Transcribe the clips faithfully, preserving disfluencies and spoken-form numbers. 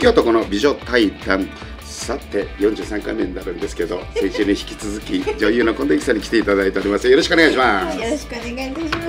京都この美女対談、さてよんじゅうさんかいめになるんですけど、先週に引き続き女優の近藤由紀さんに来ていただいております。よろしくお願いします。 よろしくお願いいたします。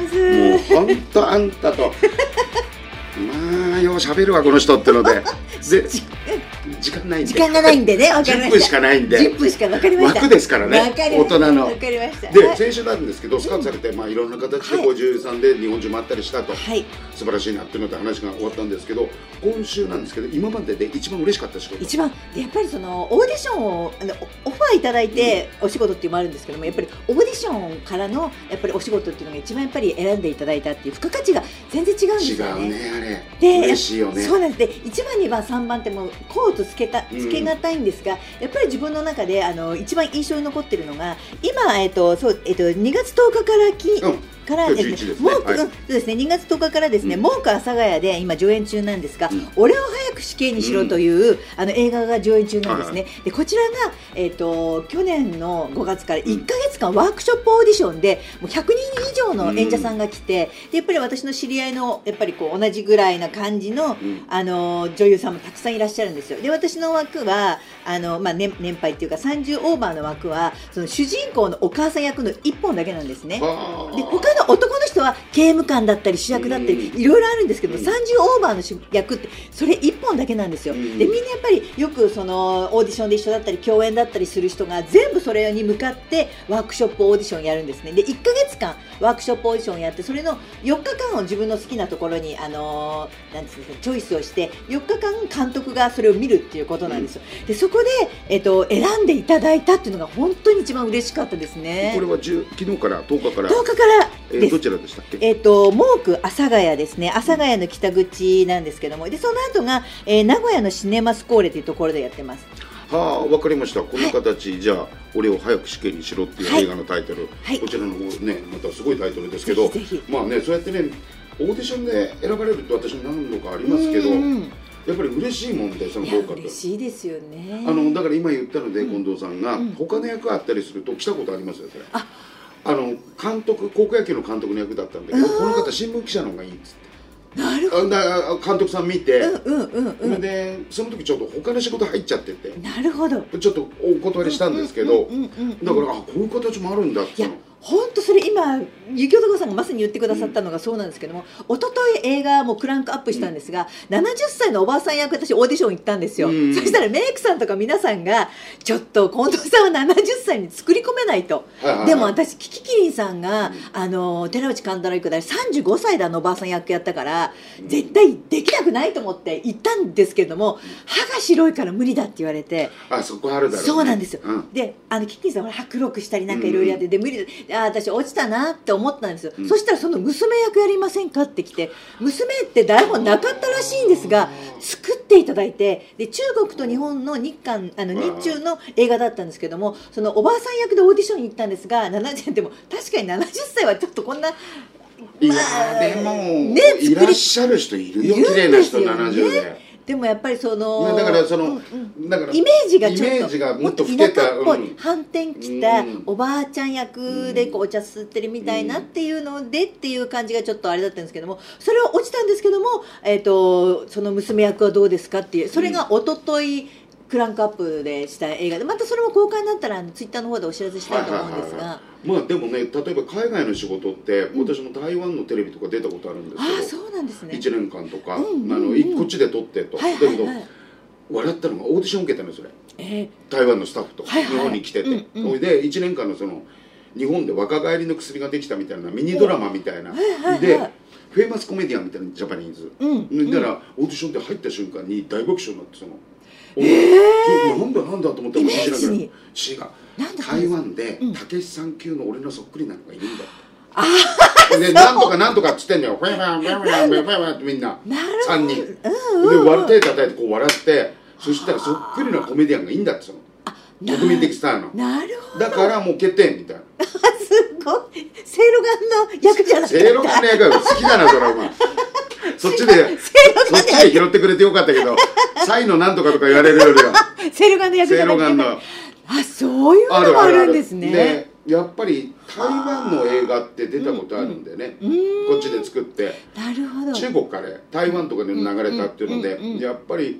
もう本当あんたとまあよう喋るわこの人ってのでで時間ないんで時間がないんでね、分かりました。 じゅっぷんしかないんで、 じゅっぷんしか分かりました。 枠ですからね、大人の。 分かりました。 で、先週なんですけど、スカウトされて、まあいろんな形でこう女優さんで日本中回ったりしたと、はい、素晴らしいなっていうので話が終わったんですけど、今週なんですけど、今までで一番嬉しかった仕事。 一番やっぱりそのオーディションをあのオファーいただいてお仕事っていうのもあるんですけども、やっぱりオーディションからのやっぱりお仕事っていうのが一番やっぱり選んでいただいたっていう付加価値が全然違うんですよね。 違うね、あれ。 で、 嬉しいよね。 そうなんです。で、いちばんにばんさんばんってもうコートつけたつけがたいんですが、うん、やっぱり自分の中であの一番印象に残ってるのが今、えっとそうえっと、にがつとおかからき、うんからですね、もう、そうですね、にがつとおかからですね、文句阿佐ヶ谷で今上演中なんですが、俺を早く死刑にしろというあの映画が上演中なんですね。でこちらがえっと去年のごがつからいっかげつかんワークショップオーディションでもうひゃくにん以上の演者さんが来て、でやっぱり私の知り合いのやっぱりこう同じぐらいな感じのあの女優さんもたくさんいらっしゃるんですよ。で私の枠はあのまあ年年配っていうかさんじゅうオーバーの枠はその主人公のお母さん役のいっぽんだけなんですね。で他の男の人は刑務官だったり主役だったりいろいろあるんですけど、さんじゅうオーバーの役ってそれいっぽんだけなんですよ。でみんなやっぱりよくそのオーディションで一緒だったり共演だったりする人が全部それに向かってワークショップオーディションやるんですね。でいっかげつかんワークショップオーディションやって、それのよっかかんを自分の好きなところにあのー、なんですかチョイスをしてよっかかん監督がそれを見るっていうことなんですよ。でそこで、えっと、選んでいただいたっていうのが本当に一番嬉しかったですね。 これは昨日からとおかからとおかからえー、どちらでしたっけ？ えっ、ー、とモーク阿佐ヶ谷ですね。阿佐ヶ谷の北口なんですけども、でその後が、えー、名古屋のシネマスコーレというところでやってます。 はあ、わかりました。この形、はい、じゃあ俺を早く死刑にしろっていう映画のタイトル、はい、こちらの方ねまたすごいタイトルですけど、ぜひぜひまあねそうやってねオーディションで選ばれるって私も何度かありますけど、やっぱり嬉しいもんで、その合格。 嬉しいですよね。 あのだから今言ったので、うん、近藤さんが、うん、他の役あったりすると来たことありますよそれ。ああの監督高校野球の監督の役だったんだけど、この方新聞記者の方がいいっつって。 なるほど。 監督さん見て、 うんうんうんうん、 でその時ちょっと他の仕事入っちゃってて、 なるほど。 ちょっとお断りしたんですけど、だからあこういう形もあるんだっていうの。 本当それ今雪男さんがまさに言ってくださったのがそうなんですけども、うん、一昨日映画もクランクアップしたんですが、うん、ななじゅっさいのおばあさん役私オーディション行ったんですよ、うん、そしたらメイクさんとか皆さんがちょっと近藤さんはななじゅっさいに作り込めないと、はいはいはい、でも私キキキリンさんが、うん、あの寺内貫太郎役でさんじゅうごさいであのおばあさん役やったから、うん、絶対できなくないと思って行ったんですけども、歯が白いから無理だって言われて、 あそこあるだろう、ね、 そうなんですよ、うん、であのキキキリンさんは歯黒くしたりなんかいろいろやって、で無理だ、あ私落ちたなって思ったんですよ、うん、そしたらその娘役やりませんかって来て、娘って台本なかったらしいんですが作っていただいて、で中国と日本の日韓あの日中の映画だったんですけども、そのおばあさん役でオーディションに行ったんですが、ななじゅうでも確かにななじゅっさいはちょっとこんな、 いやー、まあ、でも、ね、いらっしゃる人いるよ、綺麗な人ななじゅうで。 でもやっぱりそのだからその、うんうん、だからイメージがちょっとイメージがもっと老けた田舎っぽい、うん、反転きたおばあちゃん役でこうお茶吸ってるみたいなっていうのでっていう感じがちょっとあれだったんですけども、それは落ちたんですけども、えーとその娘役はどうですかっていう、それが一昨日クランクアップでした映画で、またそれも公開になったらツイッターの方でお知らせしたいと思うんですが、 まあでもね、例えば海外の仕事って、うん、私も台湾のテレビとか出たことあるんですけど、 あそうなんですね、 いちねんかんとか、うんうんうん、あのこっちで撮ってと、はいはいはい、だけど笑ったのがオーディション受けたのそれ、えー、台湾のスタッフと、はいはい、日本に来てて、うんうん、でいちねんかんのその日本で若返りの薬ができたみたいなミニドラマみたいな、はいはいはい、でフェイマスコメディアンみたいなジャパニーズ、うんうん、だからオーディションで入った瞬間に大爆笑になって、そのえー、なんだなんだと思っても知らない違う、台湾でたけしさん級の俺のそっくりなのがいるんだって、あでなんとかなんとかっつってんだよ、フェイフェイフェイフェイフェイフェイってみんなさんにん、うんうん、で割れ手叩いてこう笑って、そしたらそっくりなコメディアンがいいんだって、その国民的スターの、 なるほど、 だからもう決定みたいなすごい、セイロガンの役じゃなくて、 セイロガンの役は好きだなそれはお前そっちでそっちで拾ってくれてよかったけど、サイのなんとかとか言われるよりはセイロガンの役じゃなくて、セイロガンの、あ、そういうのもあるんですね。 でやっぱり台湾の映画って出たことあるんでね、うんうん、こっちで作って、 なるほど、 中国から台湾とかで流れたっていうので、やっぱり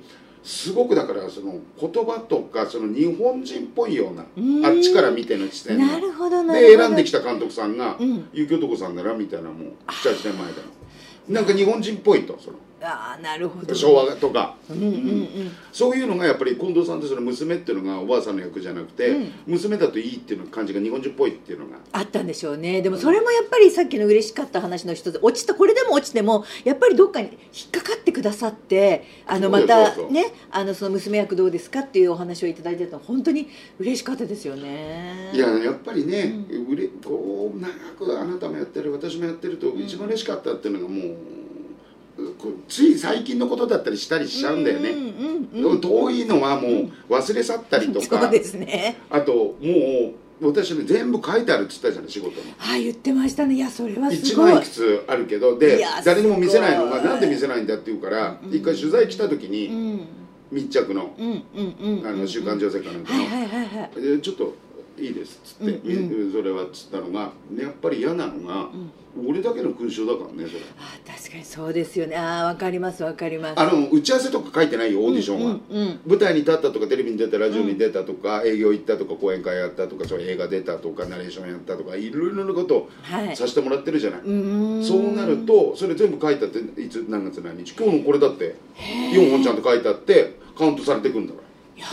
すごくだからその言葉とかその日本人っぽいようなあっちから見ての視点なるほどなるほど。 で選んできた監督さんが「ゆきおとこさんなら」みたいな、もうななはちねんまえだよ。なんか日本人っぽいと、そのああなるほど、 昭和とか、 うんうんうん、 そういうのがやっぱり近藤さんってその娘っていうのがおばあさんの役じゃなくて、うん、娘だといいっていう感じが日本人っぽいっていうのがあったんでしょうね。でもそれもやっぱりさっきの嬉しかった話の一つ、落ちたこれでも落ちてもやっぱりどっかに引っかかってくださって、あのまたね、あのその娘役どうですかっていうお話をいただいてたの本当に嬉しかったですよね。 いややっぱりね、うん、うれこう長くあなたもやってる私もやってると一番嬉しかったっていうのがもう、つい最近のことだったりしたりしちゃうんだよね。遠いのはもう忘れ去ったりとか、 そうですね。 あともう私ね全部書いてあるって言ったじゃない、仕事の。 ああ言ってましたね。いやそれはすごい。 一枚いくつあるけど、で誰にも見せないのがなんで見せないんだって言うから、一回取材来た時に密着のあの週刊女性かなんかのちょっといいですっつって、それはっつったのがやっぱり嫌なのが。俺だけの勲章だからね、それ。 あ確かにそうですよね。ああわかりますわかります。 あの打ち合わせとか書いてないよ、オーディションは。舞台に立ったとかテレビに出た、ラジオに出たとか、営業行ったとか講演会やったとか、そういう映画出たとかナレーションやったとか、いろいろなことをさせてもらってるじゃない。そうなるとそれ全部書いてあって、いつ何月何日今日のこれだってよんほんちゃんと書いてあってカウントされてくんだから。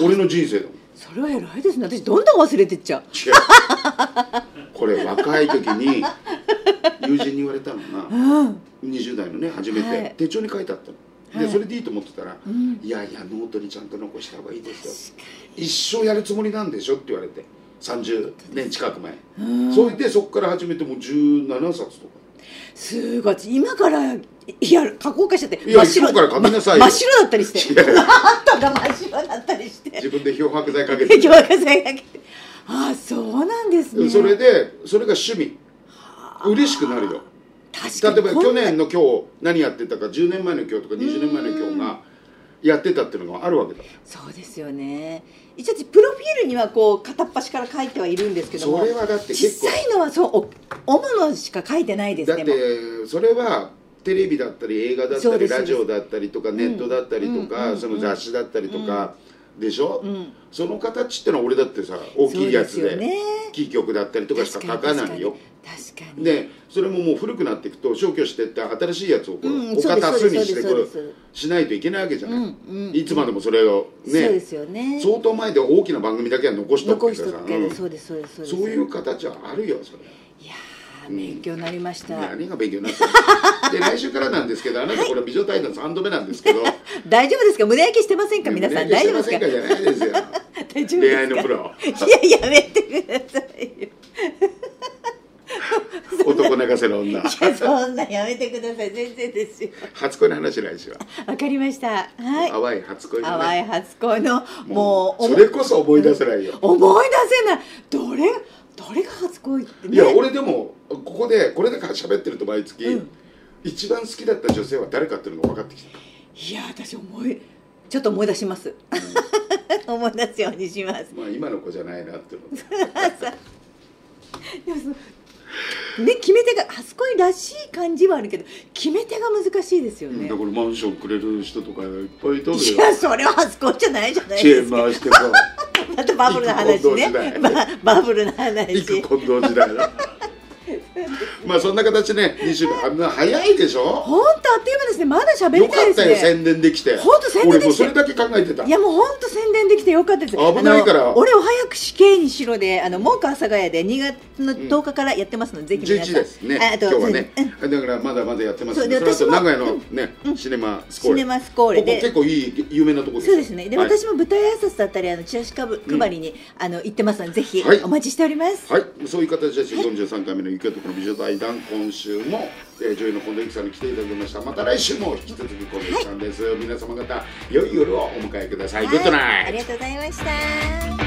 俺の人生だもん。 それは偉いですね。私どんどん忘れてっちゃう。 違うこれ若い時に友人に言われたのが、うん、にじゅう代のね初めて、はい、手帳に書いてあったの、はい、でそれでいいと思ってたら、うん、いやいやノートにちゃんと残した方がいいですよ、一生やるつもりなんでしょって言われて、さんじゅうねん近く前、うん、それでそこから始めてもうじゅうななさつとか。 すごい。今からいや書こうかしちゃって、 いや真っ白から書きなさいよ、 真っ白だったりしてあったが真っ白だったりして自分で漂白剤かけて漂白剤かけてああそうなんですね。 それでそれが趣味、嬉しくなるよ。例えば去年の今日何やってたか、じゅうねんまえの今日とかにじゅうねんまえの今日がやってたっていうのがあるわけだ。 そうですよね。一応プロフィールにはこう片っ端から書いてはいるんですけども、 それはだって結構小さいのはそう主のしか書いてないですね。 だってそれはテレビだったり映画だったりラジオだったりとかネットだったりとかその雑誌だったりとかでしょ、うん、その形ってのは俺だってさ大きいやつでキー局だったりとかしか書かないよ。 確かに。 でそれももう古くなっていくと消去していって新しいやつをこう他多数にしてこうしないといけないわけじゃない、うんうん、いつまでもそれをね、そうですよね、 相当前で大きな番組だけは残しとくけどさ、 そういう形はあるよそれ。 いや勉強になりました、 うん、何が勉強になったで来週からなんですけど、あなたこれ美女対談さんどめなんですけど大丈夫ですか、胸焼けしてませんか皆さん、大丈夫ですか。 胸焼けしてませんかじゃないですよ大丈夫ですか恋愛のプロいややめてくださいよ男泣かせの女そんなやめてください、全然ですよ。 初恋の話来週はわかりました。はい、 淡い初恋のね、 淡い初恋のもうそれこそ思い出せないよ、 思い出せない。どれどれが初恋ってね。 いや俺でもここでこれで喋ってると毎月、うん、一番好きだった女性は誰かっていうのが分かってきた。 いや私思いちょっと思い出します、うん、思い出すようにします。 まあ今の子じゃないなって思ってでもそのね、決め手が初恋らしい感じはあるけど決め手が難しいですよね。 だからマンションくれる人とかいっぱいいたのよ。 いやそれは初恋じゃないじゃないですか。 チェーン回してさまたバブルの話ね、まあ、バブルの話幾近藤時代だまあそんな形ね、に週間あんな早いでしょ。 本当あっという間ですね。まだ喋りたいですね。 よかったよ宣伝できて。 本当宣伝できて。 俺もそれだけ考えてた。 いやもう本当宣伝できてよかったです。 危ないから。 俺を早く死刑にしろで、あの真岡阿佐ヶ谷でにがつのとおかからやってますので、ぜひ皆さん。 じゅういちですね。あと今日はね、うん、だからまだまだやってますので、その後名古屋のね、うん、シネマスコーレ。 シネマスコーレで。 ここ結構いい有名なところです。 そうですね。で、はい、私も舞台挨拶だったりあのチラシ配りに、うん、あの行ってますので、ぜひお待ちしております。 はい。そういう形でよんじゅうさんかいめの雪男の美女対談、今週も、えー、女優の近藤由紀さんに来ていただきました。また来週も引き続き近藤由紀さんです、はい、皆様方良い夜をお迎えください、はい、グッドナイト。 ありがとうございました。